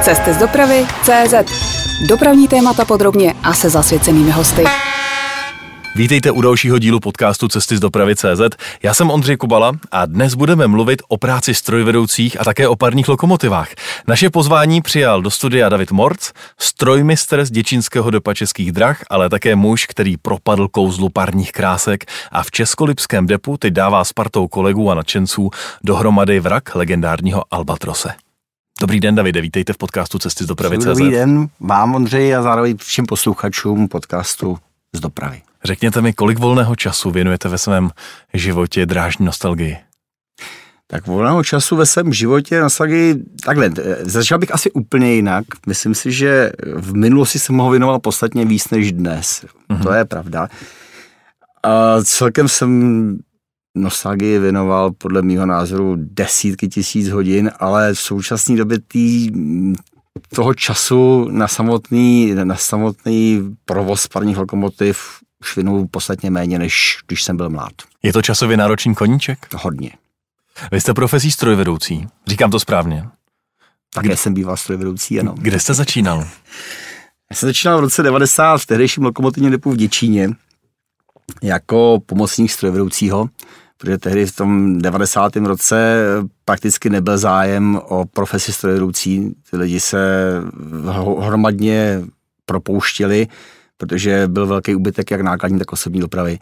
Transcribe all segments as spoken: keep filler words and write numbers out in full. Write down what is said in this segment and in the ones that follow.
Cesty z dopravy tečka cé zet. Dopravní témata podrobně a se zasvěcenými hosty. Vítejte u dalšího dílu podcastu Cesty z dopravy tečka cé zet. Já jsem Ondřej Kubala a dnes budeme mluvit o práci strojvedoucích a také o parních lokomotivách. Naše pozvání přijal do studia David Morc, strojmistr z Děčínského depa Českých drah, ale také muž, který propadl kouzlu parních krásek a v Českolipském depu teď dává s partou kolegů a nadšenců dohromady vrak legendárního Albatrose. Dobrý den, Davide, vítejte v podcastu Cesty z dopravy tečka cé zet. Dobrý den vám, Ondřej, a zároveň všem posluchačům podcastu z dopravy. Řekněte mi, kolik volného času věnujete ve svém životě drážní nostalgii? Tak volného času ve svém životě nostalgii, takhle, začal bych asi úplně jinak. Myslím si, že v minulosti jsem ho věnoval podstatně víc než dnes. Mm-hmm. To je pravda. A celkem jsem nostalgii věnoval podle mýho názoru desítky tisíc hodin, ale v současné době tý, toho času na samotný, na samotný provoz parních lokomotiv už věnuju podstatně méně, než když jsem byl mlád. Je to časově náročný koníček? Hodně. Vy jste profesí strojvedoucí, říkám to správně? Také Kde... jsem býval strojvedoucí, ano. Kde jste začínal? Já jsem začínal v roce devadesát v tehdejším lokomotivním depu v Děčíně jako pomocník strojvedoucího, protože tehdy v tom devadesátém roce prakticky nebyl zájem o profesi strojvedoucí. Ty lidi se hromadně propouštěli, protože byl velký úbytek jak nákladní, tak osobní dopravy.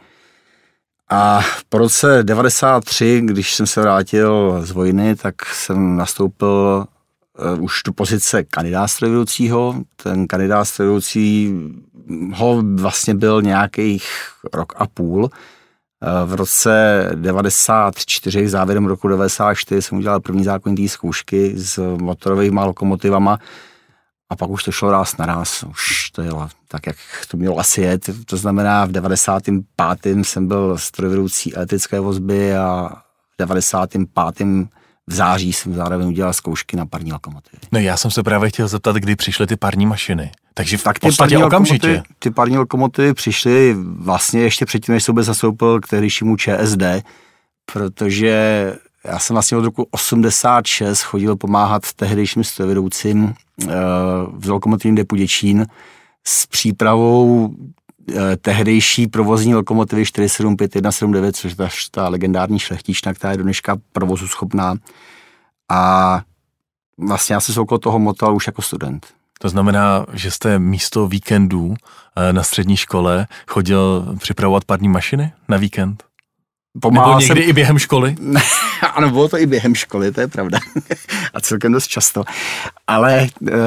A po roce devadesát tři, když jsem se vrátil z vojny, tak jsem nastoupil uh, už do pozice kandidát strojvedoucího. Ten kandidát strojvedoucího vlastně byl nějakých rok a půl. Uh, v roce devadesát čtyři, závěrem roku devadesát čtyři, jsem udělal první zákonité zkoušky s motorovými lokomotivama. A pak už to šlo ráz na ráz, už to jelo tak, jak to mělo asi jet. To znamená, v devadesátém pátém jsem byl strojvedoucí elektrické vozby a v devadesátém pátém v září jsem zároveň udělal zkoušky na parní lokomotivy. No, já jsem se právě chtěl zeptat, kdy přišly ty parní mašiny. Takže v tak podstatě ty okamžitě. Ty parní lokomotivy přišly vlastně ještě předtím, než jsem vůbec nastoupil k tehdejšímu ČSD, protože já jsem vlastně od roku osmdesát šest chodil pomáhat tehdejším strojvedoucím v lokomotivním depu Děčín s přípravou tehdejší provozní lokomotivy čtyři sedm pět jedna sedm devět, což je ta, ta legendární šlechtična, která je do dneška provozu schopná. A vlastně já jsem se okolo toho motal už jako student. To znamená, že jste místo víkendů na střední škole chodil připravovat parní mašiny na víkend? Pomáhal Nebo někdy jsem... i během školy? Ano, bylo to i během školy, to je pravda. A celkem dost často. Ale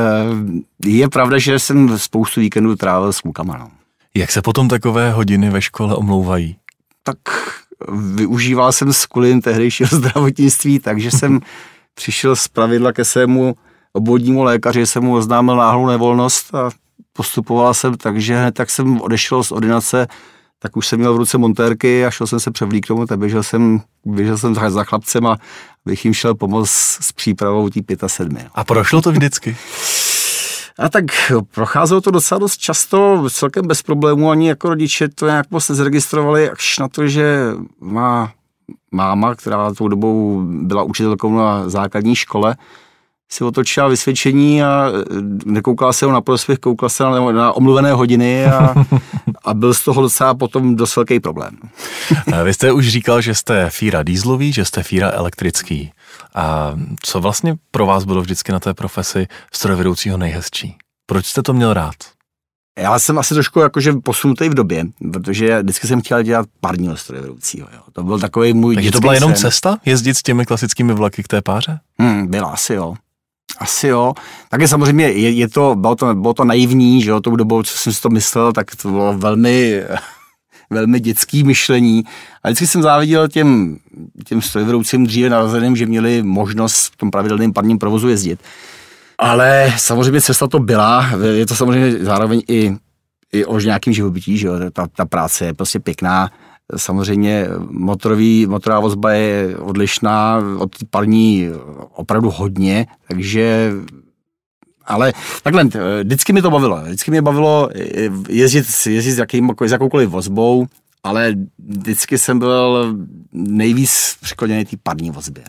je pravda, že jsem spoustu víkendů trávil s klukama. No. Jak se potom takové hodiny ve škole omlouvají? Tak využíval jsem skulin tehdejšího zdravotnictví, takže jsem přišel z pravidla ke svému obvodnímu lékaři, jsem mu oznámil náhlou nevolnost a postupoval jsem, takže hned tak jsem odešel z ordinace, tak už jsem měl v ruce montérky a šel jsem se převlíknout a běžel jsem, běžel jsem za chlapcem a bych jim šel pomoct s přípravou tý pět a sedmi. A prošlo to vždycky? A tak procházelo to docela dost často, celkem bez problémů, ani jako rodiče to nějak moc nezregistrovali, až na to, že má máma, která tou dobou byla učitelkou na základní škole, si otočila vysvědčení a nekoukala se ho na prospěch, koukala se na, na omluvené hodiny a, a byl z toho docela potom dost velký problém. Vy jste už říkal, že jste fíra dýzlový, že jste fíra elektrický. A co vlastně pro vás bylo vždycky na té profesi strojvedoucího nejhezčí? Proč jste to měl rád? Já jsem asi trošku jakože posunutý v době, protože vždycky jsem chtěl dělat parního strojvedoucího. Jo. To byl takový můj Takže dětský to byla jenom sen. Cesta? Jezdit s těmi klasickými vlaky k té páře? Hmm, byla asi jo. Asi jo. Také samozřejmě je, je to, bylo to, bylo to naivní, že jo, tou dobou, co jsem si to myslel, tak to bylo velmi, velmi dětský myšlení. A vždycky jsem záviděl těm, těm strojvedoucím dříve narozeným, že měli možnost v tom pravidelném parním provozu jezdit. Ale samozřejmě cesta to byla, je to samozřejmě zároveň i, i o nějakým živobytí, že jo, ta, ta práce je prostě pěkná. Samozřejmě motorový, motorová vozba je odlišná od parní opravdu hodně, takže ale takhle, vždycky mi to bavilo, vždycky mě bavilo jezdit, jezdit s, jakým, s jakoukoliv vozbou, ale vždycky jsem byl nejvíc překloněný té parní vozby. No.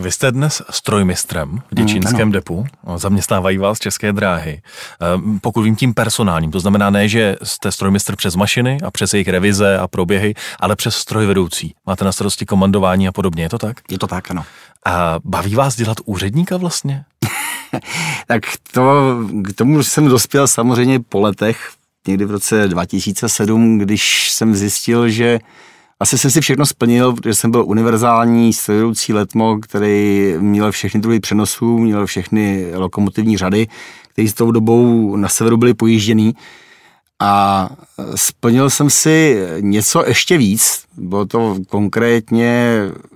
Vy jste dnes strojmistrem v děčínském mm, depu, zaměstnávají vás České dráhy. Pokud vím tím personálním, to znamená ne, že jste strojmistr přes mašiny a přes jejich revize a proběhy, ale přes strojvedoucí. Máte na starosti komandování a podobně, je to tak? Je to tak, ano. A baví vás dělat úředníka vlastně? Tak to, k tomu jsem dospěl samozřejmě po letech, někdy v roce dva tisíce sedm, když jsem zjistil, že asi jsem si všechno splnil, protože jsem byl univerzální strojvedoucí letmo, který měl všechny druhy přenosů, měl všechny lokomotivní řady, které s tou dobou na severu byly pojížděný. A splnil jsem si něco ještě víc, bylo to konkrétně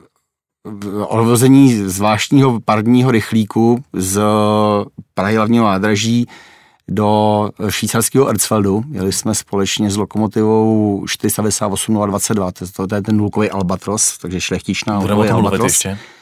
odvození zvláštního parního rychlíku z Prahy hlavního nádraží do švýcarského Erzfeldu. Jeli jsme společně s lokomotivou čtyři sta devadesát osm nula dvacet dva, to, to je ten nulkový Albatros, takže šlechtičná nulkový Albatros.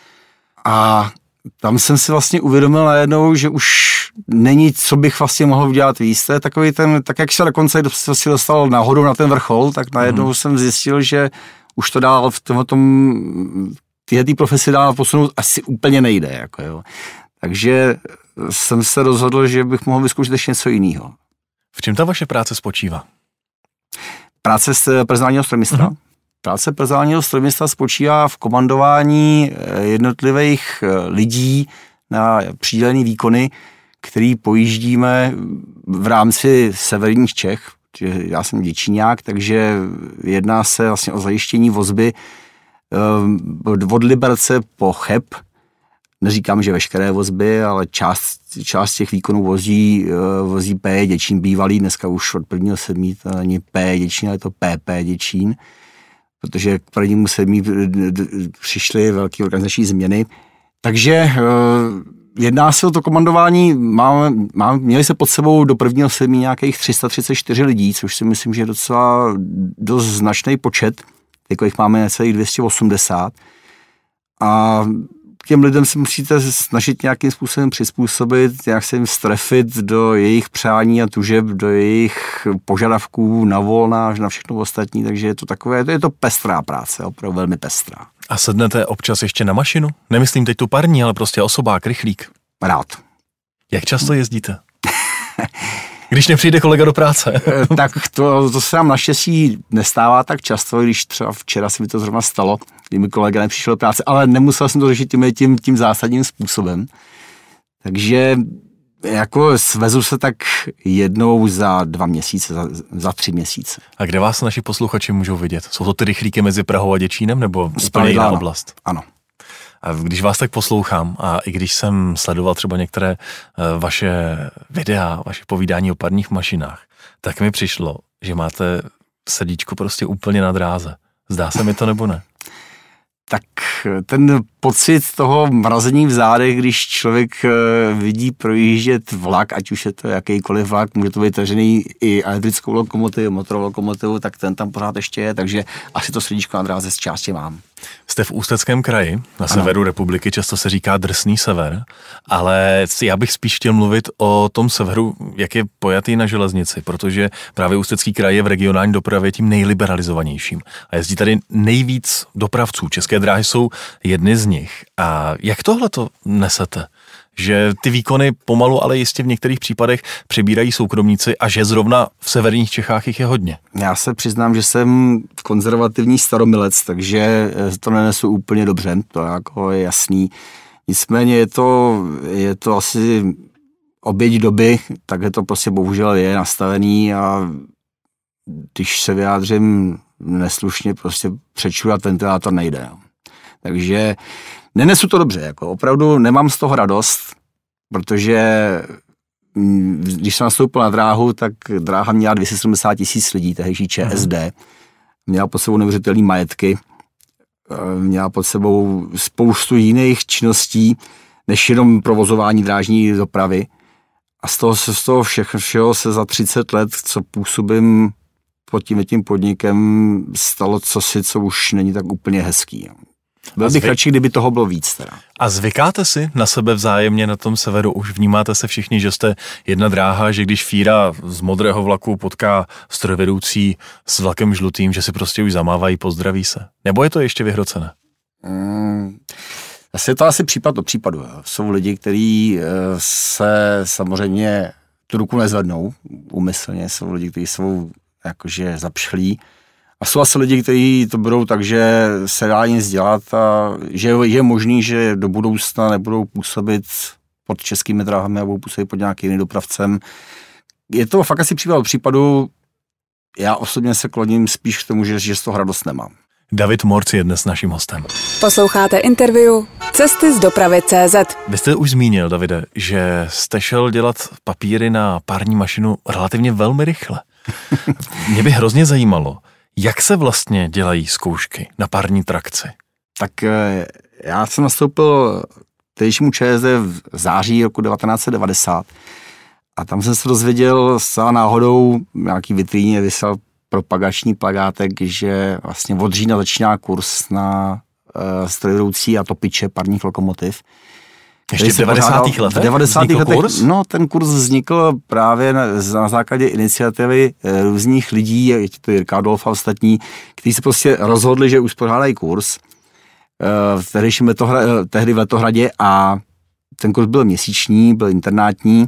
A tam jsem si vlastně uvědomil najednou, že už není, co bych vlastně mohl udělat víc. To je takový ten, tak jak se dokonce si dostal nahoru na ten vrchol, tak najednou hmm. jsem zjistil, že už to dál v tom, tom tyhle tý profesi dál posunout asi úplně nejde. Jako jo. Takže jsem se rozhodl, že bych mohl vyzkoušet ještě něco jiného. V čem ta vaše práce spočívá? Práce s personálního strojmistra. Uh-huh. Práce personálního strojmistra spočívá v komandování jednotlivých lidí na přidělené výkony, který pojíždíme v rámci severních Čech. Já jsem děčíňák, takže jedná se vlastně o zajištění vozby od Liberce po Cheb. Neříkám, že veškeré vozby, ale část, část těch výkonů vozí, vozí P Děčín bývalý, dneska už od prvního sedmí to není P Děčín, ale je to P P Děčín, protože k prvnímu sedmí přišly velké organizační změny. Takže jedná se o to komandování, máme, máme, měli se pod sebou do prvního sedmí nějakých tři sta třicet čtyři lidí, což si myslím, že je docela dost značný počet, jako jich máme necelých dvě stě osmdesát. A těm lidem se musíte snažit nějakým způsobem přizpůsobit, nějak se jim strefit do jejich přání a tužeb, do jejich požadavků na volna, na všechno ostatní, takže je to takové, to je to pestrá práce, opravdu velmi pestrá. A sednete občas ještě na mašinu? Nemyslím teď tu parní, ale prostě osobák, rychlík. Rád. Jak často jezdíte? Když nepřijde kolega do práce. Tak to, to se nám naštěstí nestává tak často, když třeba včera se mi to zrovna stalo, kdy mi kolega nepřišel do práce, ale nemusel jsem to řešit tím, tím, tím zásadním způsobem. Takže jako svezu se tak jednou za dva měsíce, za, za tři měsíce. A kde vás naši posluchači můžou vidět? Jsou to ty rychlíky mezi Prahou a Děčínem, nebo úplně jiná oblast? Ano. A když vás tak poslouchám a i když jsem sledoval třeba některé vaše videa, vaše povídání o parních mašinách, tak mi přišlo, že máte srdíčko prostě úplně na dráze. Zdá se mi to nebo ne? Tak ten pocit toho mrazení v zádech, když člověk vidí projíždět vlak, ať už je to jakýkoliv vlak, může to být tažený i elektrickou lokomotivu, motorovou lokomotivu, tak ten tam pořád ještě je, takže asi to srdíčko na dráze z části mám. Jste v Ústeckém kraji, na severu ano. republiky, často se říká drsný sever, ale já bych spíš chtěl mluvit o tom severu, jak je pojatý na železnici, protože právě Ústecký kraj je v regionální dopravě tím nejliberalizovanějším a jezdí tady nejvíc dopravců. České dráhy jsou jedny z nich. A jak tohle to nesete? Že ty výkony pomalu, ale jistě v některých případech přebírají soukromníci a že zrovna v severních Čechách jich je hodně. Já se přiznám, že jsem konzervativní staromilec, takže to nenesu úplně dobře, to jako je jasný. Nicméně je to, je to asi oběť doby, takže to prostě bohužel je nastavený a když se vyjádřím neslušně, prostě přečurat ventilátor nejde. Takže nenesu to dobře, jako opravdu nemám z toho radost, protože když jsem nastoupil na dráhu, tak dráha měla dvě stě sedmdesát tisíc lidí, tehdejší ČSD, měla pod sebou neuvěřitelné majetky, měla pod sebou spoustu jiných činností, než jenom provozování drážní dopravy. A z toho, z toho všeho, všeho se za třicet let, co působím pod tím, tím podnikem, stalo cosi, co už není tak úplně hezký. Byl bych radši, kdyby toho bylo víc. Teda. A zvykáte si na sebe vzájemně na tom severu? Už vnímáte se všichni, že jste jedna dráha, že když Fíra z modrého vlaku potká strojvedoucí s vlakem žlutým, že si prostě už zamávají, pozdraví se? Nebo je to ještě vyhrocené? Mm, Je to asi případ od případu. Jo. Jsou lidi, kteří se samozřejmě tu ruku nezvednou úmyslně, jsou lidi, kteří jsou jakože zapšlí. A jsou asi lidi, kteří to budou tak, že se dá nic dělat a že je možný, že do budoucna nebudou působit pod českými dráhami a budou působit pod nějakým jiným dopravcem. Je to fakt asi případ od případu. Já osobně se kloním spíš k tomu, že, že z toho radost nemám. David Morc je dnes naším hostem. Posloucháte interview Cesty z dopravy tečka cé zet. Vy jste už zmínil, Davide, že jste šel dělat papíry na pární mašinu relativně velmi rychle. Mě by hrozně zajímalo, jak se vlastně dělají zkoušky na pární trakci? Tak já jsem nastoupil tehdejšímu ČSD v září roku devatenáct set devadesát a tam jsem se dozvěděl zcela náhodou, nějaký vitríně visel propagační plakátek, že vlastně od října začíná kurz na uh, strojvedoucí a topiče parních lokomotiv. Ještě v devadesátých letech? V devadesátých letech, kurz? No, ten kurz vznikl právě na, na základě iniciativy e, různých lidí, je to Jirka Adolf a ostatní, kteří se prostě rozhodli, že uspořádají kurz e, v tehdejším letohra, tehdy v Letohradě a ten kurz byl měsíční, byl internátní,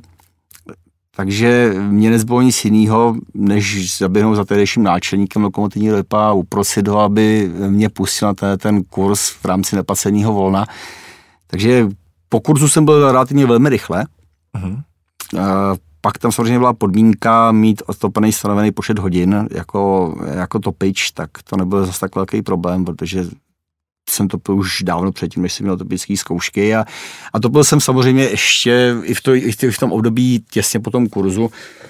takže mě nezbylo nic jiného, než zaběhnout za tehdejším náčelníkem lokomotivního depa a uprosit ho, aby mě pustil na ten, ten kurz v rámci neplaceného volna. Takže po kurzu jsem byl relativně velmi rychle. Uh-huh. Pak tam samozřejmě byla podmínka mít odtopený stanovený počet hodin jako, jako topič, tak to nebyl zase tak velký problém, protože jsem to byl už dávno předtím, než jsem měl topické zkoušky a, a to byl jsem samozřejmě ještě i v, to, i v tom období těsně po tom kurzu.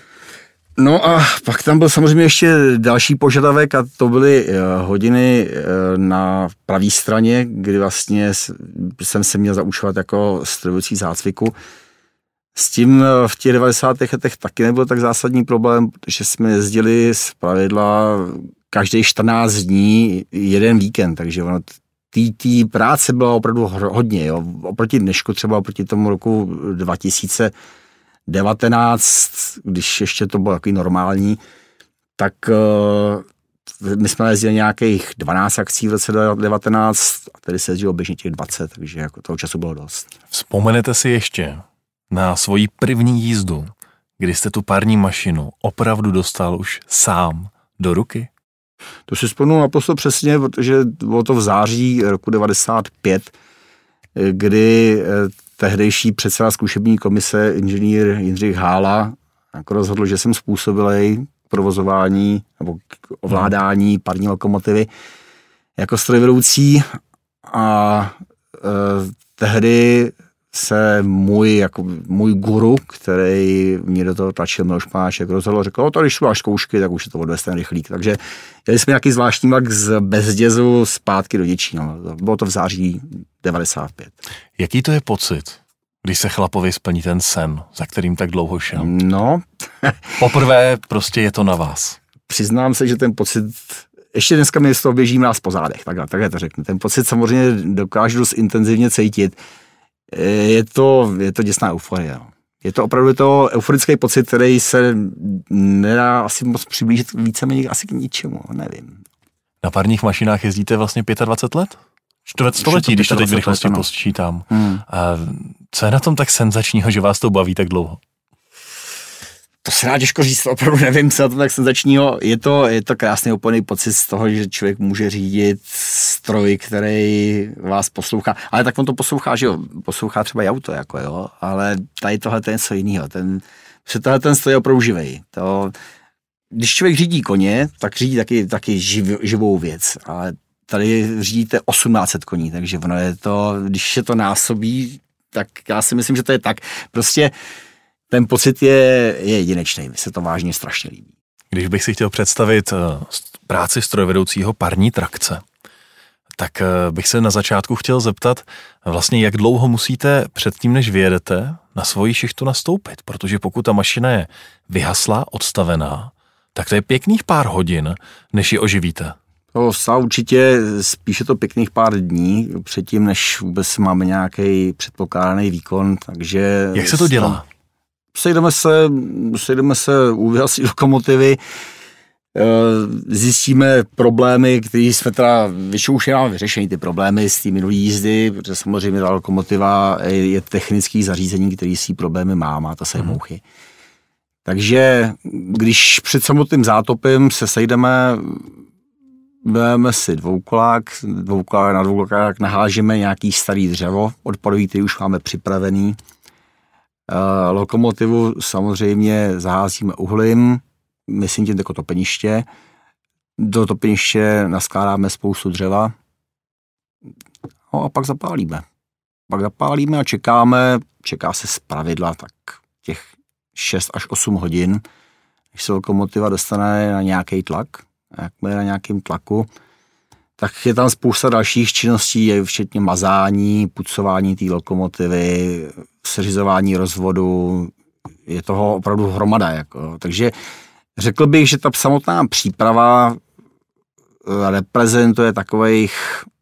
No a pak tam byl samozřejmě ještě další požadavek a to byly hodiny na pravé straně, kdy vlastně jsem se měl zaučovat jako strojvedoucí zácviku. S tím v těch devadesátých letech taky nebyl tak zásadní problém, protože jsme jezdili z pravidla každý čtrnáct dní jeden víkend, takže ono té práce byla opravdu hodně. Jo. Oproti dnešku, třeba oproti tomu roku dva tisíce devatenáct, když ještě to bylo takový normální, tak uh, my jsme jezdili nějakých dvanáct akcí v roce devatenáct a tady se jezdilo běžně těch dvacet, takže jako toho času bylo dost. Vzpomenete si ještě na svoji první jízdu, kdy jste tu pární mašinu opravdu dostal už sám do ruky? To si vzpomínám naprosto přesně, protože bylo to v září roku devadesát pět, kdy tehdejší předseda zkušební komise inženýr Jindřich Hála jako rozhodl, že jsem způsobilej k provozování nebo k ovládání parní lokomotivy jako strojvedoucí a e, tehdy se můj, jako můj guru, který mě do toho tlačil, Miloš Máček, rozhodl, řekl, no to když máš zkoušky, tak už je to odvez ten rychlík. Takže jeli jsme nějaký zvláštní vlak z Bezdězu zpátky do Děčína. Bylo to v září devadesát pět. Jaký to je pocit, když se chlapovi splní ten sen, za kterým tak dlouho šel? No. Poprvé prostě je to na vás. Přiznám se, že ten pocit, ještě dneska mi z toho běží mráz po zádech, takhle, takhle to řeknu. Ten pocit samozřejmě dokážu dost intenzivně cítit. Je to, je to děsná euforie. Je to opravdu to euforický pocit, který se nedá asi moc přiblížit víceméně asi k ničemu, nevím. Na párních mašinách jezdíte vlastně dvacet pět let? Čtvrt století, když to teď v rychlosti posčítám. Hmm. A co je na tom tak senzačního, že vás to baví tak dlouho? To se dá těžko říct, opravdu nevím, co na tom tak senzačního. Je to, je to krásný úplný pocit z toho, že člověk může řídit stroj, který vás poslouchá. Ale tak on to poslouchá, že jo, poslouchá třeba i auto, jako jo, ale tady tohle je něco jiného. Ten, tohle ten stroj je opravdu živej. To, když člověk řídí koně, tak řídí taky, taky živ, živou věc, ale tady řídíte osmnáct set koní, takže ono je to, když je to násobí, tak já si myslím, že to je tak. Prostě ten pocit je, je jedinečný, mi se to vážně strašně líbí. Když bych si chtěl představit práci strojvedoucího parní trakce, tak bych se na začátku chtěl zeptat, vlastně jak dlouho musíte předtím, než vyjedete, na svoji šichtu nastoupit, protože pokud ta mašina je vyhaslá, odstavená, tak to je pěkných pár hodin, než ji oživíte. To sá určitě spíše to pěkných pár dní předtím, než vůbec máme nějaký předpokládaný výkon, takže... Jak se to dělá? Sejdeme se, sejdeme se u vyhaslý lokomotivy, zjistíme problémy, které jsme teda, většinou už máme vyřešený ty problémy s tím minulý jízdy, protože samozřejmě ta lokomotiva je, je technický zařízení, který si problémy má, má ta sejmouchy. Hmm. Takže když před samotným zátopem se sejdeme, bereme si dvoukolák, dvoukolák na dvoukolák nahážeme nějaký starý dřevo odpadový, který už máme připravený. E, lokomotivu samozřejmě zaházíme uhlím, myslím tím jako topeniště. Do topeniště naskládáme spoustu dřeva. No a pak zapálíme. Pak zapálíme a čekáme, čeká se zpravidla tak těch šest až osm hodin, když se lokomotiva dostane na nějaký tlak. A jakmile je na nějakém tlaku, tak je tam spousta dalších činností, včetně mazání, pucování té lokomotivy, seřizování rozvodu, je toho opravdu hromada. Jako. Takže řekl bych, že ta samotná příprava reprezentuje takových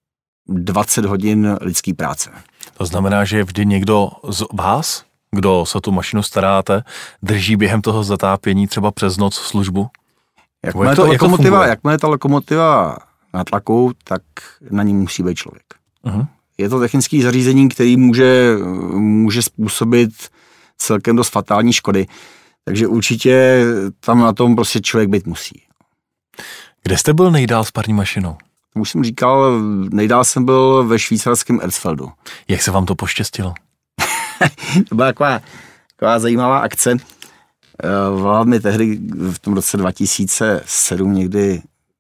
dvacet hodin lidský práce. To znamená, že je vždy někdo z vás, kdo se tu mašinu staráte, drží během toho zatápění třeba přes noc službu? Jakmile, jak to, ta lokomotiva, jakmile ta lokomotiva na tlaku, tak na ní musí být člověk. Uh-huh. Je to technické zařízení, který může, může způsobit celkem dost fatální škody. Takže určitě tam na tom prostě člověk být musí. Kde jste byl nejdál s parní mašinou? Už jsem říkal, nejdál jsem byl ve švýcarském Erzfeldu. Jak se vám to poštěstilo? To byla taková, taková zajímavá akce. Volal mi tehdy v tom roce dva tisíce sedm někdy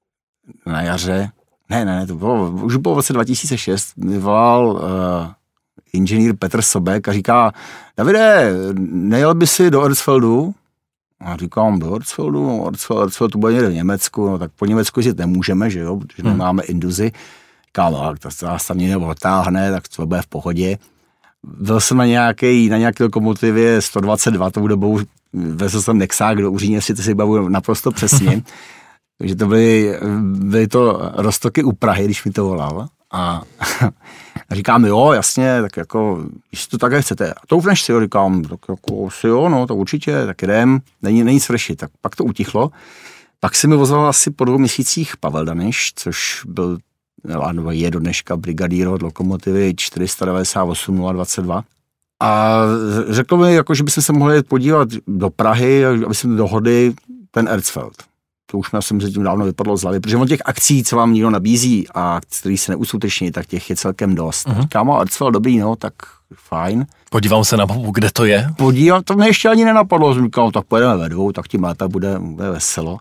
na jaře, ne, ne, ne, to bylo, už bylo v roce dva tisíce šest, mi volal uh, inženýr Petr Sobek a říká, Davide, nejel by si do Erzfeldu? A říkám, do Erzfeldu, no, Erzfeld, Erzfeld to bude někde v Německu, no tak po Německu jezdit nemůžeme, že jo, protože hmm. nemáme induzy. Říkám, no, to se nás tam někde odtáhne, tak to bude v pohodě. Byl jsem na nějaké na nějaké lokomotivě sto dvacet dva, tou dobou vezl jsem Nexák do Uříně, si to si bavu naprosto přesně. Takže to byly, byly to roztoky u Prahy, když mi to volal. A, a říkám, jo, jasně, tak jako, když to takhle chcete. A to upneš si, jo, říkám, tak jako si jo, no, to určitě, tak jdem, není, není svršit. Tak pak to utichlo. Pak si mi vozval asi po dvou měsících Pavel Daniš, což byl, nebo je do dneška brigadír od lokomotivy čtyři sta devadesát osm nula dvacet dva. A řekl mi, jako, že bychom se mohli podívat do Prahy, aby jsme dohodli ten Erzfeld. To už mě jsem se tím dávno vypadlo z hlavy, protože on těch akcí, co vám někdo nabízí a který se neuskuteční, tak těch je celkem dost. Uh-huh. Kámo, Erzfeld dobrý, no, tak fajn. Podívám se na mapu, kde to je? Podívám, to mě ještě ani nenapadlo, jsem říkal, tak pojedeme ve dvou, tak tím lépe bude, bude veselo.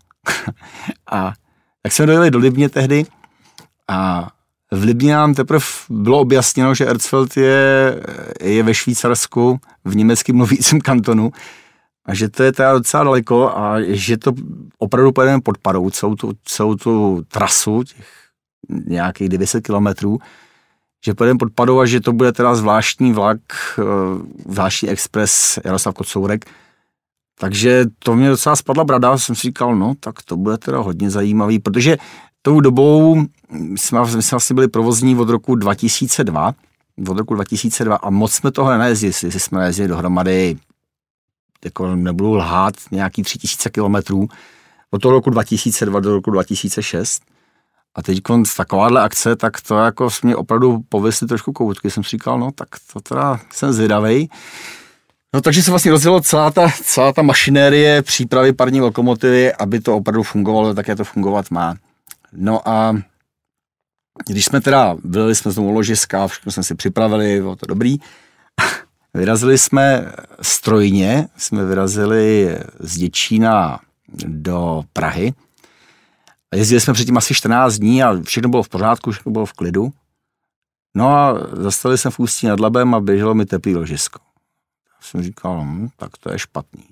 A tak jsme dojeli do Libně tehdy a v Libně nám teprve bylo objasněno, že Erzfeld je, je ve Švýcarsku, v německým mluvícím kantonu, a že to je teda docela daleko a že to opravdu pojedeme pod parou, celou tu, celou tu trasu, těch nějakých devět set kilometrů, že pojedeme pod parou a že to bude teda zvláštní vlak, zvláštní expres Jaroslav Kocourek. Takže to mě docela spadla brada, jsem si říkal, no tak to bude teda hodně zajímavý, protože tou dobou jsme, my jsme vlastně byli provozní od roku dva tisíce dva, od roku dva tisíce dva a moc jsme toho nejezdili, jestli jsme nejezdili dohromady, jako nebudu lhát, nějaký tři tisíce kilometrů od toho roku dva tisíce dva do roku dva tisíce šest. A teď z takováhle akce, tak to jako mě opravdu pověsli trošku koutky. Jsem si říkal, no tak to teda jsem zvědavej. No takže se vlastně rozjelo celá ta, celá ta mašinérie přípravy parní lokomotivy, aby to opravdu fungovalo, tak jak to fungovat má. No a když jsme teda vylili jsme z toho ložiska, všechno jsme si připravili, bylo to dobrý. Vyrazili jsme strojně, jsme vyrazili z Děčína do Prahy. Jezdili jsme předtím asi čtrnáct dní a všechno bylo v pořádku, všechno bylo v klidu. No a zastali jsme v Ústí nad Labem a běželo mi teplý ložisko. Jsem říkal, hm, tak to je špatný.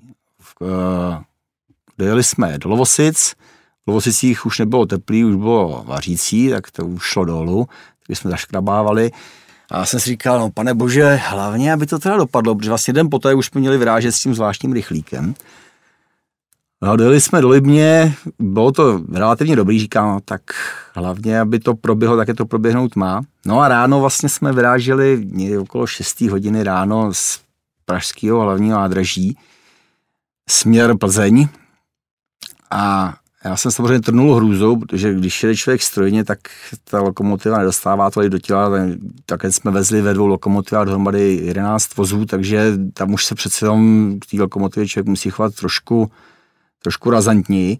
Dojeli jsme do Lovosic, v Lovosicích už nebylo teplý, už bylo vařící, tak to už šlo dolů, takže jsme zaškrabávali. A já jsem si říkal, no pane bože, hlavně, aby to teda dopadlo, protože vlastně den poté už jsme měli vyrážet s tím zvláštním rychlíkem. No, dojeli jsme do Libně, bylo to relativně dobrý, říkám, no, tak hlavně, aby to proběhlo, tak je to proběhnout má. No a ráno vlastně jsme vyráželi někdy okolo šesté hodiny ráno z pražského hlavního nádraží směr Plzeň a Já jsem samozřejmě trnul hrůzou, protože když jede člověk strojně, tak ta lokomotiva nedostává tolik do těla. Také jsme vezli ve dvou lokomotivách dohromady jedenáct vozů, takže tam už se přece jenom k té lokomotivě člověk musí chovat trošku, trošku razantněji.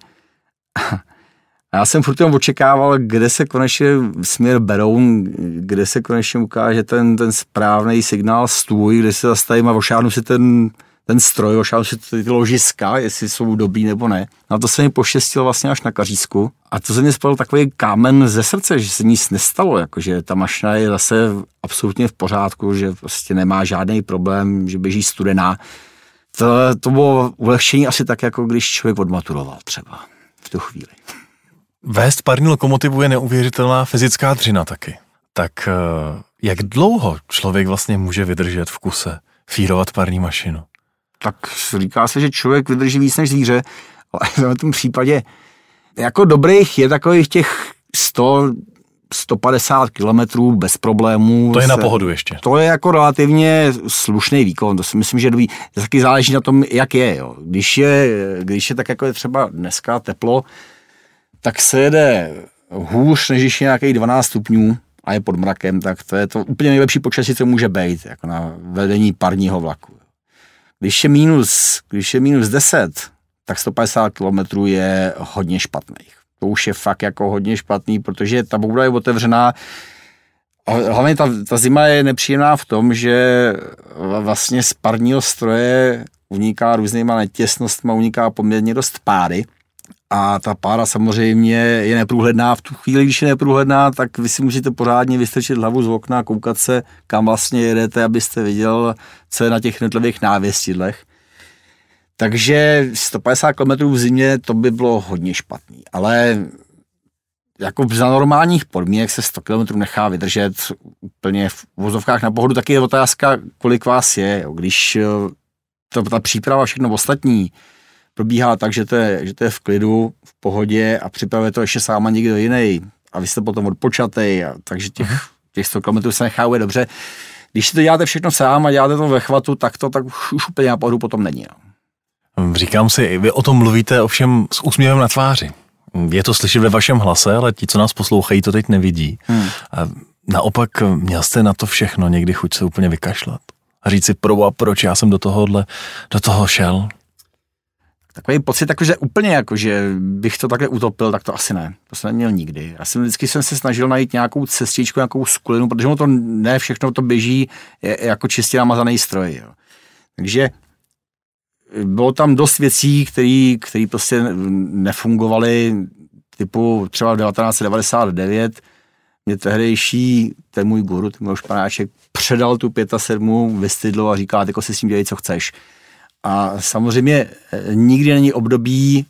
A já jsem furt jenom očekával, kde se konečně směr Beroun, kde se konečně ukáže ten, ten správný signál stůj, kde se zastavím a ošáhnu si ten, ten stroj, ošáhnu si ty, ty ložiska, jestli jsou dobrý nebo ne. A to se mi poštěstilo vlastně až na Kařísku. A to se mi spadl takový kámen ze srdce, že se nic nestalo, jakože ta mašina je zase absolutně v pořádku, že prostě nemá žádný problém, že běží studená. To, to bylo ulehčení asi tak, jako když člověk odmaturoval třeba v tu chvíli. Vést parní lokomotivu je neuvěřitelná fyzická dřina taky. Tak jak dlouho člověk vlastně může vydržet v kuse, fírovat parní mašinu? Tak říká se, že člověk vydrží víc než zvíře, ale v tom případě jako dobrých je takových těch sto, sto padesát kilometrů bez problémů. To je na pohodu ještě. To je jako relativně slušný výkon, to si myslím, že dobrý. To taky záleží na tom, jak je. Jo. Když je, když je tak jako je třeba dneska teplo, tak se jede hůř, než když je nějakých dvanáct stupňů a je pod mrakem, tak to je to úplně nejlepší počasí, co může být, jako na vedení parního vlaku. Když je minus, když je minus deset, tak sto padesát kilometrů je hodně špatných. To už je fakt jako hodně špatný, protože ta bouda je otevřená. A hlavně ta, ta zima je nepříjemná v tom, že vlastně z parního stroje uniká různýma netěsnostma, uniká poměrně dost páry. A ta pára samozřejmě je neprůhledná. V tu chvíli, když je neprůhledná, tak vy si musíte pořádně vystrčit hlavu z okna a koukat se, kam vlastně jedete, abyste viděl, co je na těch jednotlivých návěstidlech. Takže sto padesát kilometrů v zimě to by bylo hodně špatný. Ale jako za normálních podmínek se sto kilometrů nechá vydržet úplně v vozovkách na pohodu. Taky je otázka, kolik vás je. Když to, ta příprava, všechno ostatní, probíhá tak, že to, je, že to je v klidu, v pohodě a připravuje to ještě sám někdo jiný a vy jste potom odpočatej, a, takže těch, těch sto kilometrů se nechá ujet dobře. Když si to děláte všechno sám a děláte to ve chvatu, tak to tak už, už úplně na pohodu potom není. No. Říkám si, vy o tom mluvíte ovšem s úsměvem na tváři. Je to slyšet ve vašem hlase, ale ti, co nás poslouchají, to teď nevidí. Hmm. A naopak měl jste na to všechno někdy chuť se úplně vykašlat a říct si, proboha, proč já jsem do tohohle, do toho šel. Takový pocit, jakože úplně jako, že bych to takhle utopil, tak to asi ne. To jsem neměl nikdy. Já jsem vždycky jsem se snažil najít nějakou cestičku, nějakou skulinu, protože mu to ne všechno to běží je, jako čistě namazaný stroj. Jo. Takže bylo tam dost věcí, které prostě nefungovaly, typu třeba devatenáct set devadesát devět. Mě tehdejší, ten můj guru, ten můj španáček, předal tu sedm pět vystydlo a říká, jako si s tím dělej, co chceš. A samozřejmě nikdy není období,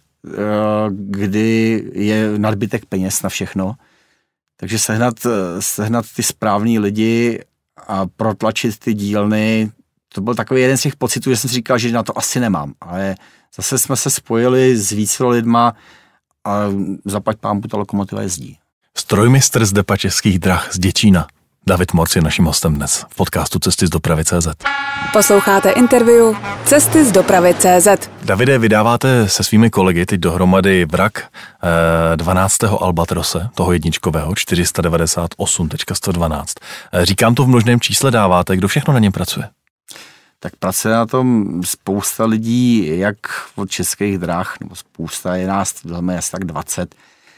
kdy je nadbytek peněz na všechno. Takže sehnat, sehnat ty správný lidi a protlačit ty dílny, to byl takový jeden z těch pocitů, že jsem si říkal, že na to asi nemám. Ale zase jsme se spojili s více lidma a zaplať pánbůh ta lokomotiva jezdí. Strojmistr z depa Českých drah z Děčína. David Morc je naším hostem dnes v podcastu Cesty z dopravy tečka cé zet. Posloucháte interview Cesty z dopravy tečka cé zet. Davide, vydáváte se svými kolegy teď dohromady vrak dvanáctého Albatrose, toho jedničkového, čtyři sta devadesát osm sto dvanáct. Říkám to v množném čísle, dáváte, kdo všechno na něm pracuje? Tak pracuje na tom spousta lidí, jak od Českých drah, nebo spousta, je nás velmi asi tak dvacet.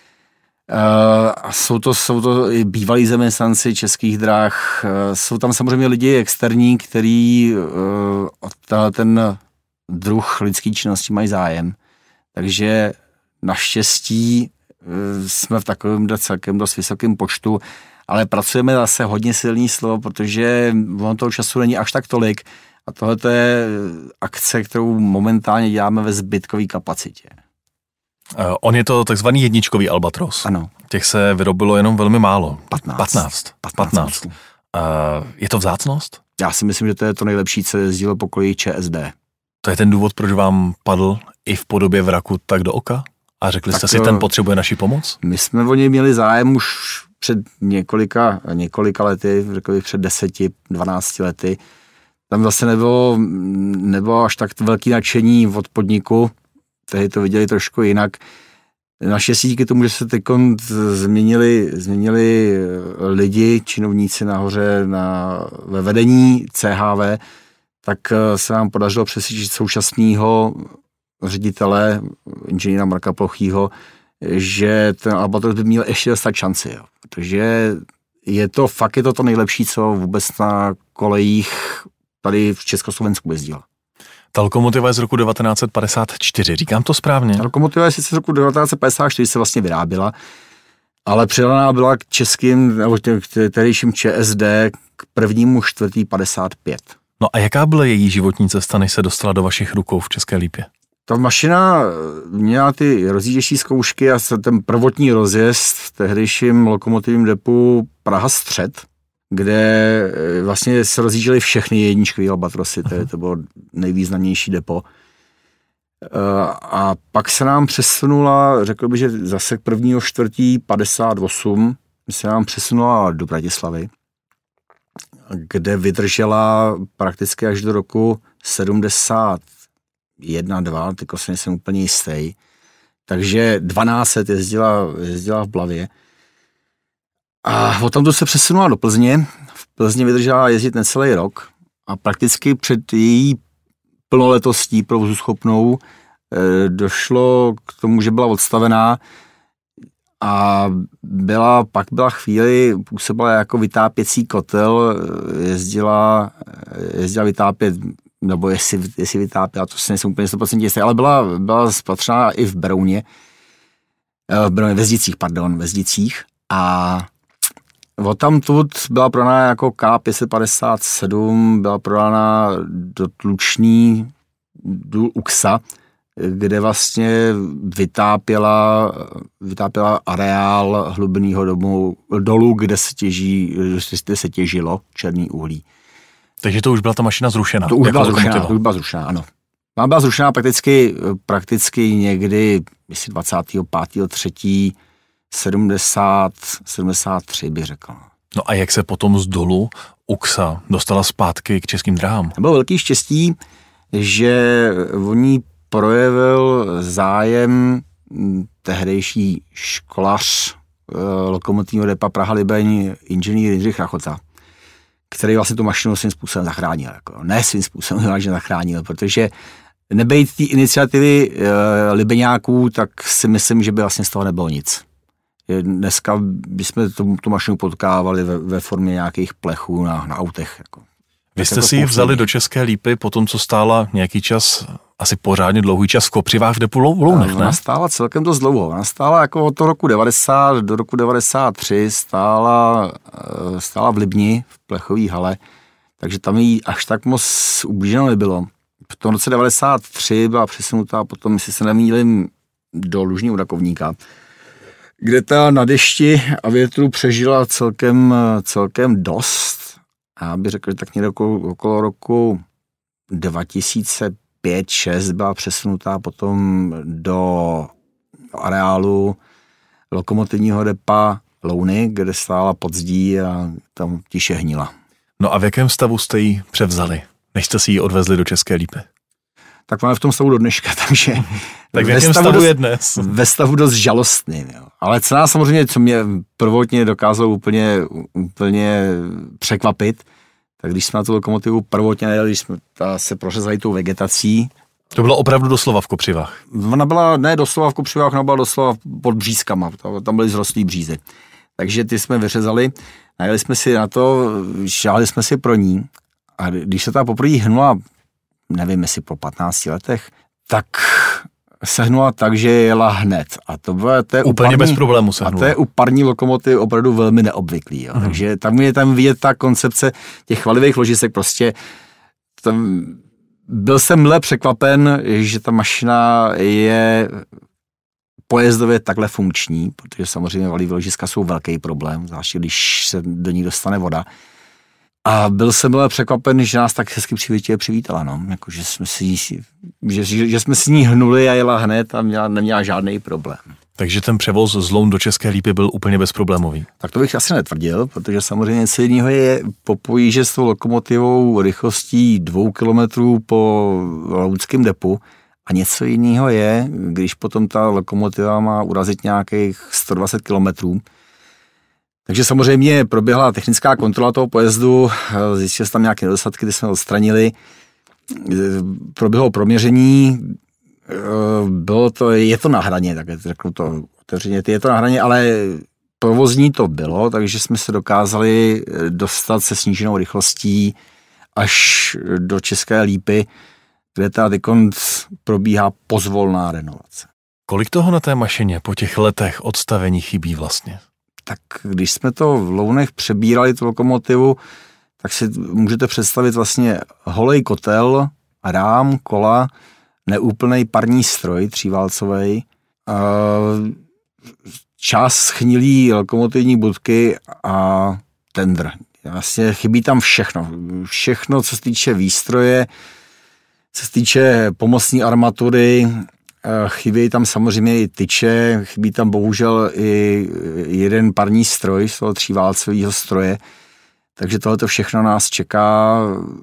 Uh, jsou, to, jsou to i bývalí zaměstnanci Českých drah, uh, jsou tam samozřejmě lidi externí, který uh, o ten druh lidské činnosti mají zájem. Takže naštěstí uh, jsme v takovém celkem dost vysokém počtu, ale pracujeme zase hodně silný slovo, protože ono toho času není až tak tolik a tohle je akce, kterou momentálně děláme ve zbytkové kapacitě. Uh, on je to takzvaný jedničkový Albatros. Ano. Těch se vyrobilo jenom velmi málo. patnáct. patnáct. patnáct. Uh, je to vzácnost? Já si myslím, že to je to nejlepší, co jezdilo po koleji ČSD. To je ten důvod, proč vám padl i v podobě vraku tak do oka? A řekli tak jste si, ten potřebuje naši pomoc? My jsme o něj měli zájem už před několika, několika lety, řekl bych před deseti, dvanácti lety. Tam zase nebylo, nebylo až tak velký nadšení od podniku, tehdy to viděli trošku jinak. Naštěstí díky tomu, že se teď změnili, změnili lidi, činovníci nahoře na, ve vedení C H V, tak se nám podařilo přesvědčit současného ředitele, inženýra Marka Plochýho, že ten Albatros by měl ještě dostat šanci. Jo. Protože je to fakt je to to nejlepší, co vůbec na kolejích tady v Československu jezdila. Ta lokomotiva je z roku devatenáct set padesát čtyři, říkám to správně? Ta lokomotiva je sice z roku devatenáct set padesát čtyři se vlastně vyráběla, ale přidaná byla k českým, nebo k tehdejším Č S D k prvnímu čtvrtý padesát pět. No a jaká byla její životní cesta, než se dostala do vašich rukou v České Lípě? Ta mašina měla ty rozjížděcí zkoušky a ten prvotní rozjezd v tehdejším lokomotivním depu Praha Střed, kde vlastně se rozjížděly všechny jedničkové Albatrosy, to, to bylo nejvýznamnější depo. A pak se nám přesunula, řekl bych, že zase k prvního čtvrtý padesát osm se nám přesunula do Bratislavy, kde vydržela prakticky až do roku sedmdesát jedna, dva, tyko se nejsem úplně jistý. Takže dvanáct let jezdila, jezdila v Blavě. A potom to se přesunula do Plzně. V Plzně vydržela jezdit necelý rok a prakticky před její plnoletostí provozuschopnou e, došlo k tomu, že byla odstavená a byla, pak byla chvíli, působila jako vytápěcí kotel, jezdila, jezdila vytápět, nebo jestli, jestli vytápěla, to se nejsem úplně sto procent jistý, ale byla, byla spatřená i v Berouně, v Berouně, ve Zdicích, pardon, ve Zdicích a odtamtud byla prodána jako K pět set padesát sedm, byla prodána do Tlučný důl U X A, kde vlastně vytápěla, vytápěla areál hlubinného domu, dolu, kde se, těží, kde se těžilo černý uhlí. Takže to už byla ta mašina zrušena? To už byla zrušena, to už byla zrušena, ano. Má byla zrušena prakticky, prakticky někdy, myslím dvacátého pátého třetího sedmdesát, sedmdesát tři bych řekl. No a jak se potom z dolu U X A dostala zpátky k Českým dráhám? Bylo velký štěstí, že o ní projevil zájem tehdejší školař lokomotivního depa Praha-Libeň inženýr Jindřich Rachota, který vlastně tu mašinu svým způsobem zachránil. Jako, ne svým způsobem, že zachránil, protože nebejt té iniciativy e, Libeňáků, tak si myslím, že by vlastně z toho nebylo nic. Dneska bychom tu, tu mašinu potkávali ve, ve formě nějakých plechů na, na autech. Jako. Vy jste si ji vzali do České Lípy po tom, co stála nějaký čas, asi pořádně dlouhý čas v Kopřivách v depu Lounech, ne? Ona stála celkem dost dlouho. Ona stála jako od toho roku devadesát do roku devadesát tři, stála, stála v Libni, v plechové hale, takže tam jí až tak moc ublíženo nebylo. V tom roce devadesát tři byla přesunutá potom, jestli se nemýlím, do Lužní u Rakovníka, kde ta na dešti a větru přežila celkem, celkem dost. A já bych řekl, že tak někde okolo, okolo roku dva tisíce pět šest byla přesunutá potom do areálu lokomotivního depa Louny, kde stála pod zdí a tam tiše hnila. No a v jakém stavu jste ji převzali, než jste si ji odvezli do České Lípy? Tak máme v tom stavu do dneška, takže... Tak v jakém stavu, stavu je dnes? Ve stavu dost žalostným, jo. Ale cena samozřejmě, co mě prvotně dokázalo úplně, úplně překvapit, tak když jsme na tu lokomotivu prvotně nejeli, když jsme se prořezali tou vegetací. To bylo opravdu doslova v Kopřivách? Ona byla ne doslova v Kopřivách, ona byla doslova pod břízkama, tam byly zrostlý břízy. Takže ty jsme vyřezali, najeli jsme si na to, šáhli jsme si pro ní a když se ta poprvé hnula, nevím, jestli po patnácti letech, tak se hnula tak, že jela hned. A to, bylo, to je úplně parní, bez problému se hnula. A to je u parní lokomotivy opravdu velmi neobvyklý. Jo. Hmm. Takže tam je tam vidět ta koncepce těch chvalivých ložisek. Prostě tam, byl jsem mile překvapen, že ta mašina je pojezdově takhle funkční, protože samozřejmě valivé ložiska jsou velký problém, zvláště když se do ní dostane voda. A byl jsem byl překvapen, že nás tak hezky přivítě přivítala, no. Jako, že, jsme si, že, že jsme si ní hnuli a jela hned a měla, neměla žádný problém. Takže ten převoz z Loun do České Lípy byl úplně bezproblémový? Tak to bych asi netvrdil, protože samozřejmě něco jiného je popojíždět s tou lokomotivou rychlostí dvou kilometrů po lounském depu A něco jiného je, když potom ta lokomotiva má urazit nějakých sto dvacet kilometrů. Takže samozřejmě proběhla technická kontrola toho pojezdu, zjistili se tam nějaké nedostatky, které jsme odstranili. Proběhlo proměření, bylo to, je to na hraně, tak řeknu to otevřeně, je to na hraně, ale provozní to bylo, takže jsme se dokázali dostat se sníženou rychlostí až do České Lípy, kde ta teď probíhá pozvolná renovace. Kolik toho na té mašině po těch letech odstavení chybí vlastně? Tak když jsme to v Lounech přebírali, tu lokomotivu, tak si můžete představit vlastně holej kotel, rám, kola, neúplnej parní stroj tříválcovej, část schnilý lokomotivní budky a tendr. Vlastně chybí tam všechno. Všechno, co se týče výstroje, co se týče pomocní armatury, chybí tam samozřejmě i tyče, chybí tam bohužel i jeden parní stroj z toho tříválcového stroje, takže tohleto všechno nás čeká,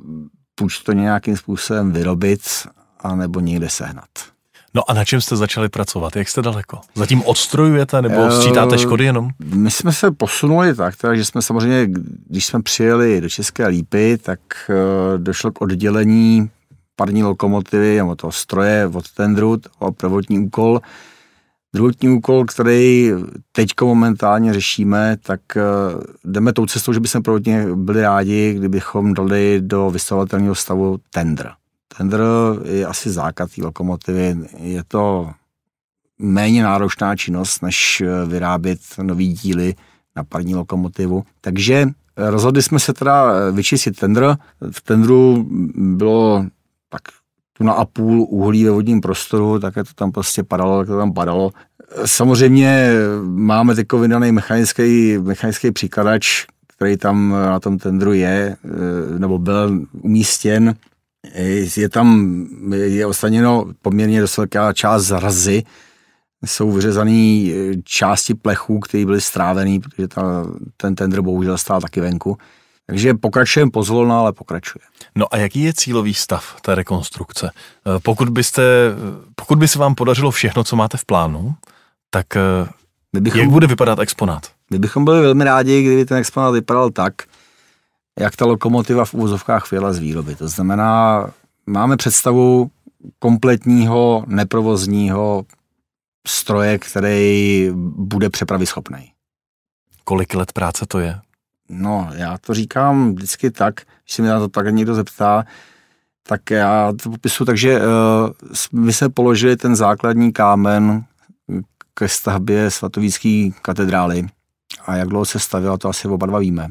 buď to nějakým způsobem vyrobit, anebo někde sehnat. No a na čem jste začali pracovat? Jak jste daleko? Zatím odstrojujete nebo sčítáte škody jenom? My jsme se posunuli tak, teda, že jsme samozřejmě, když jsme přijeli do České Lípy, tak došlo k oddělení parní lokomotivy nebo toho stroje od tendru, o prvotní úkol. Druhotní úkol, který teďko momentálně řešíme, tak jdeme tou cestou, že bychom prvotně byli rádi, kdybychom dali do vystavovatelného stavu tendr. Tendr je asi základ té lokomotivy. Je to méně náročná činnost, než vyrábět nový díly na parní lokomotivu. Takže rozhodli jsme se teda vyčistit tendr. V tendru bylo tak tu na a půl uhlí ve vodním prostoru, tak to tam prostě padalo, tak to tam padalo. Samozřejmě máme teď vydaný mechanický, mechanický příkladač, který tam na tom tendru je, nebo byl umístěn. Je tam, je odstraněno poměrně dost velká část zrazy, jsou vyřezané části plechů, které byly strávený, protože ta, ten tendr bohužel stál taky venku. Takže pokračujeme pozvolna, ale pokračuje. No a jaký je cílový stav té rekonstrukce? Pokud byste, pokud by se vám podařilo všechno, co máte v plánu, tak bychom, jak bude vypadat exponát? My bychom byli velmi rádi, kdyby ten exponát vypadal tak, jak ta lokomotiva v uvozovkách vyjela z výroby. To znamená, máme představu kompletního neprovozního stroje, který bude přepravy schopný. Kolik let práce to je? No, já to říkám vždycky tak, když se mi na to tak někdo zeptá, tak já to popisuju, takže uh, my jsme položili ten základní kámen ke stavbě svatovícké katedrály. A jak dlouho se stavěla, to asi oba dva víme.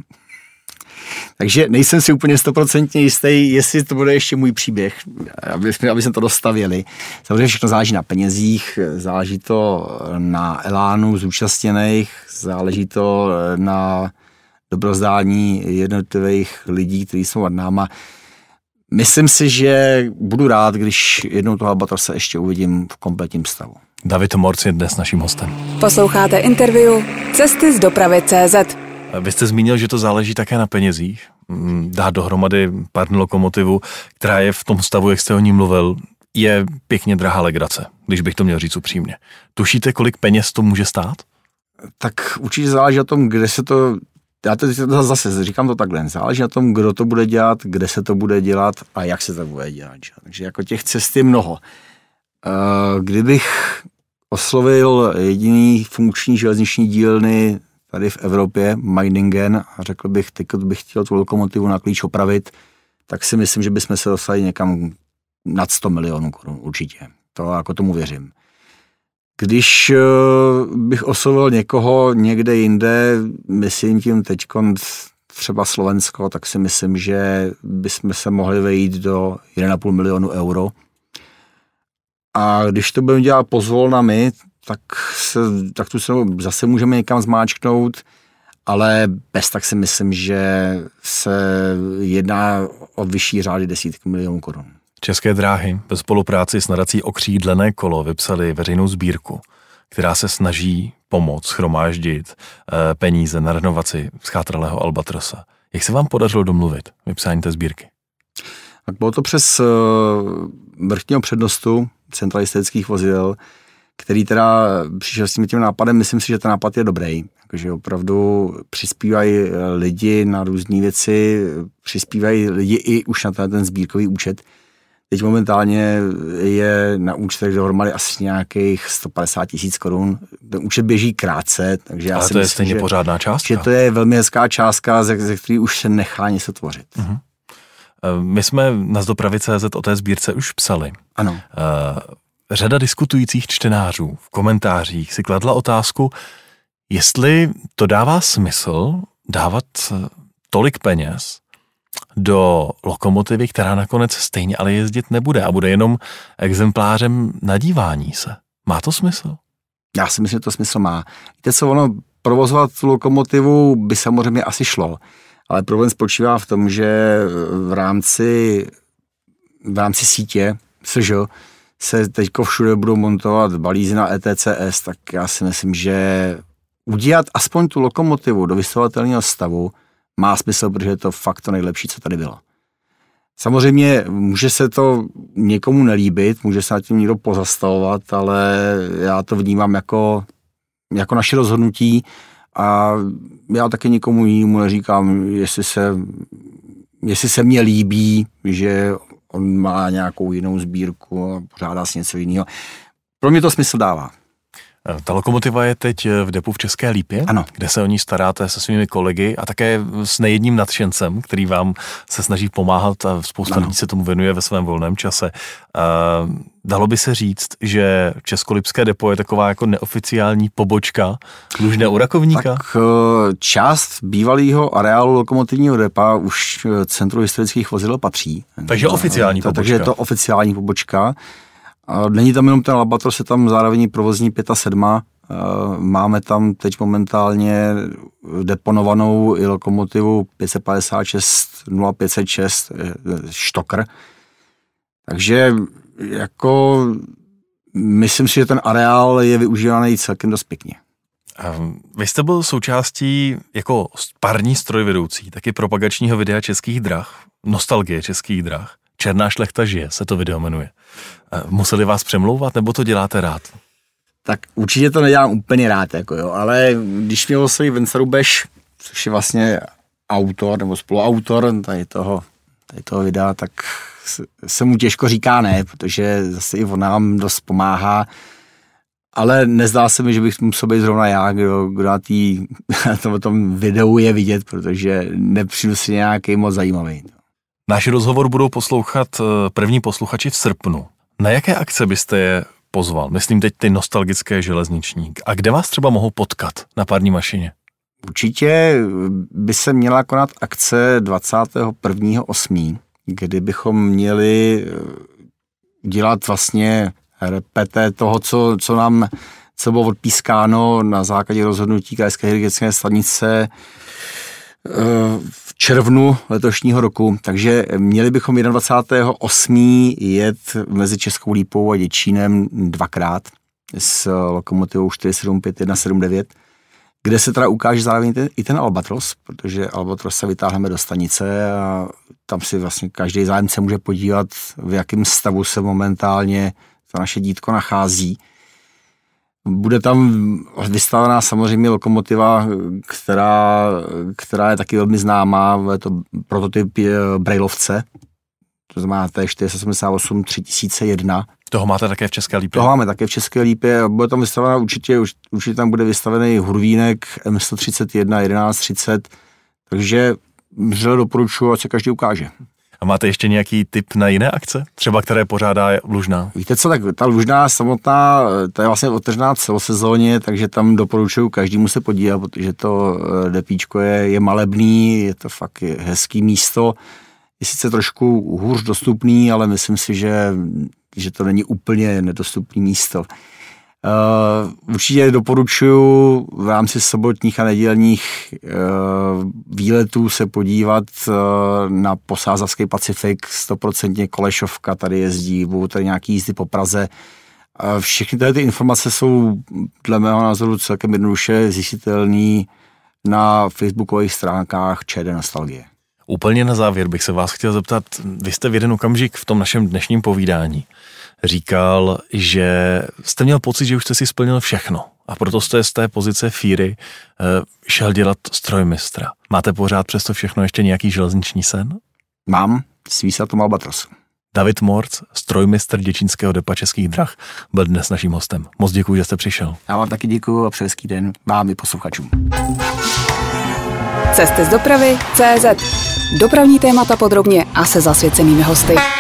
Takže nejsem si úplně stoprocentně jistý, jestli to bude ještě můj příběh, aby, aby jsme to dostavěli. Samozřejmě všechno záleží na penězích, záleží to na elánu zúčastněných, záleží to na dobrozdání jednotlivých lidí, kteří jsou nad náma. Myslím si, že budu rád, když jednou toho Albatrosa ještě uvidím v kompletním stavu. David Morc je dnes naším hostem. Posloucháte interview Cesty z dopravy tečka cé zet. Vy jste zmínil, že to záleží také na penězích. Dát dohromady parní lokomotivu, která je v tom stavu, jak jste o ní mluvil, je pěkně drahá legrace, když bych to měl říct upřímně. Tušíte, kolik peněz to může stát? Tak určitě záleží na tom, kde se to... Já to zase říkám to takhle. Záleží na tom, kdo to bude dělat, kde se to bude dělat a jak se to bude dělat. Takže jako těch cest je mnoho. Kdybych oslovil jediný funkční železniční dílny tady v Evropě, Meiningen, a řekl bych, teď bych chtěl tu lokomotivu na klíč opravit, tak si myslím, že bychom se dostali někam nad sto milionů korun určitě. To jako tomu věřím. Když bych oslovil někoho někde jinde, myslím tím teď třeba Slovensko, tak si myslím, že bychom se mohli vejít do jedna celá pět milionu euro. A když to budeme dělat pozvolna my, tak, se, tak tu se zase můžeme někam zmáčknout, ale bez tak si myslím, že se jedná o vyšší řády desítky milionů korun. České dráhy ve spolupráci s nadací Okřídlené kolo vypsali veřejnou sbírku, která se snaží pomoct shromáždit e, peníze na renovaci zchátralého Albatrosa. Jak se vám podařilo domluvit vypsání té sbírky? Tak bylo to přes uh, vrchního přednostu centralistických vozidel, který teda přišel s tím, tím nápadem, myslím si, že ten nápad je dobrý. Takže opravdu přispívají lidi na různé věci, přispívají lidi i už na ten, ten sbírkový účet. Teď momentálně je na účtech dohromady asi nějakých sto padesát tisíc korun. Ten účet běží krátce, takže já Ale si to je myslím, stejně že, pořádná částka. že to je velmi hezká částka, ze, ze které už se nechá něco tvořit. Uh-huh. My jsme na Zdopravy tečka cé zet o té sbírce už psali. Ano. Uh, řada diskutujících čtenářů v komentářích si kladla otázku, jestli to dává smysl dávat tolik peněz do lokomotivy, která nakonec stejně ale jezdit nebude a bude jenom exemplářem na dívání se. Má to smysl? Já si myslím, že to smysl má. Víte co, ono, provozovat tu lokomotivu by samozřejmě asi šlo, ale problém spočívá v tom, že v rámci, v rámci sítě S Ž se teďko všude budou montovat balízy na E T C S, tak já si myslím, že udělat aspoň tu lokomotivu do vystavatelného stavu má smysl, protože je to fakt to nejlepší, co tady bylo. Samozřejmě může se to někomu nelíbit, může se nad tím někdo pozastavovat, ale já to vnímám jako, jako naše rozhodnutí a já taky nikomu jinému neříkám, jestli se, jestli se mně líbí, že on má nějakou jinou sbírku a pořádá si něco jiného. Pro mě to smysl dává. Ta lokomotiva je teď v depu v České Lípě, ano. Kde se o ní staráte se svými kolegy a také s nejedním nadšencem, který vám se snaží pomáhat a spousta ano. lidí se tomu věnuje ve svém volném čase. Uh, dalo by se říct, že Českolipské depo je taková jako neoficiální pobočka Lužné u Rakovníka? Tak část bývalého areálu lokomotivního depa už Centru historických vozidel patří. Takže oficiální pobočka. Takže je to oficiální pobočka. Není tam jenom ten laborator, se tam zároveň provozní pět a sedm. Máme tam teď momentálně deponovanou i lokomotivu pět set padesát šest nula pět set šest Štokr. Takže jako myslím si, že ten areál je využívaný celkem dost pěkně. Vy jste byl součástí jako parní strojvedoucí, taky propagačního videa Českých drah, nostalgie Českých drah. Černá šlechta žije, se to video jmenuje. Museli vás přemlouvat, nebo to děláte rád? Tak určitě to nedělám úplně rád, jako jo, ale když mě osloví Venca Rubeš, což je vlastně autor nebo spoluautor tady toho, tady toho videa, tak se mu těžko říká ne, protože zase i on nám dost pomáhá, ale nezdá se mi, že bych musel být zrovna já, kdo, kdo na, tý, na tom videu je vidět, protože nepřijdu si nějaký moc zajímavý. Náš rozhovor budou poslouchat první posluchači v srpnu. Na jaké akce byste je pozval? Myslím teď ty nostalgické železničník. A kde vás třeba mohou potkat na parní mašině? Určitě by se měla konat akce dvacátého prvního osmého kdy bychom měli dělat vlastně repete toho, co, co nám co bylo odpískáno na základě rozhodnutí Krajské hygienické stanice v červnu letošního roku, takže měli bychom dvacátého prvního osmého jet mezi Českou Lípou a Děčínem dvakrát s lokomotivou čtyři sedm pět jedna sedm devět, kde se teda ukáže zároveň ten, i ten Albatros, protože Albatros se vytáhneme do stanice a tam si vlastně každý zájemce může podívat, v jakém stavu se momentálně to naše dítko nachází. Bude tam vystavená samozřejmě lokomotiva, která, která je taky velmi známá, je to prototyp Brailovce, to znamená T čtyři osmdesát osm tři tisíce jedna. Toho máte také v České Lípě? Toho máme také v České Lípě, bude tam vystavená určitě, určitě tam bude vystavený Hurvínek M sto třicet jedna jedenáct třicet, takže vřele doporučuji, ať se každý ukáže. A máte ještě nějaký tip na jiné akce? Třeba které pořádá Lužná? Víte co, tak ta Lužná samotná, ta je vlastně otevřená celosezóně, takže tam doporučuji každému se podívat, protože to depíčko je, je malebný, je to fakt hezký místo. Je sice trošku hůř dostupný, ale myslím si, že, že to není úplně nedostupný místo. Uh, určitě doporučuji v rámci sobotních a nedělních uh, výletů se podívat uh, na Posázavský Pacifik, stoprocentně Kolešovka tady jezdí, budou tady nějaký jízdy po Praze. Uh, všechny tyhle ty informace jsou dle mého názoru celkem jednoduše zjistitelné na facebookových stránkách ČD Nostalgie. Úplně na závěr bych se vás chtěl zeptat, vy jste v jeden okamžik v tom našem dnešním povídání říkal, že jste měl pocit, že už jste si splnil všechno a proto jste z té pozice Fíry šel dělat strojmistra. Máte pořád přesto všechno ještě nějaký železniční sen? Mám, s výsatom Albatrosu. David Morc, strojmistr děčínského depa Českých drah, byl dnes naším hostem. Moc děkuji, že jste přišel. Já vám taky děkuji a přeji hezký den vám i posluchačům. Cesty z dopravy tečka cé zet. Dopravní témata podrobně a se zasvěcenými hosty.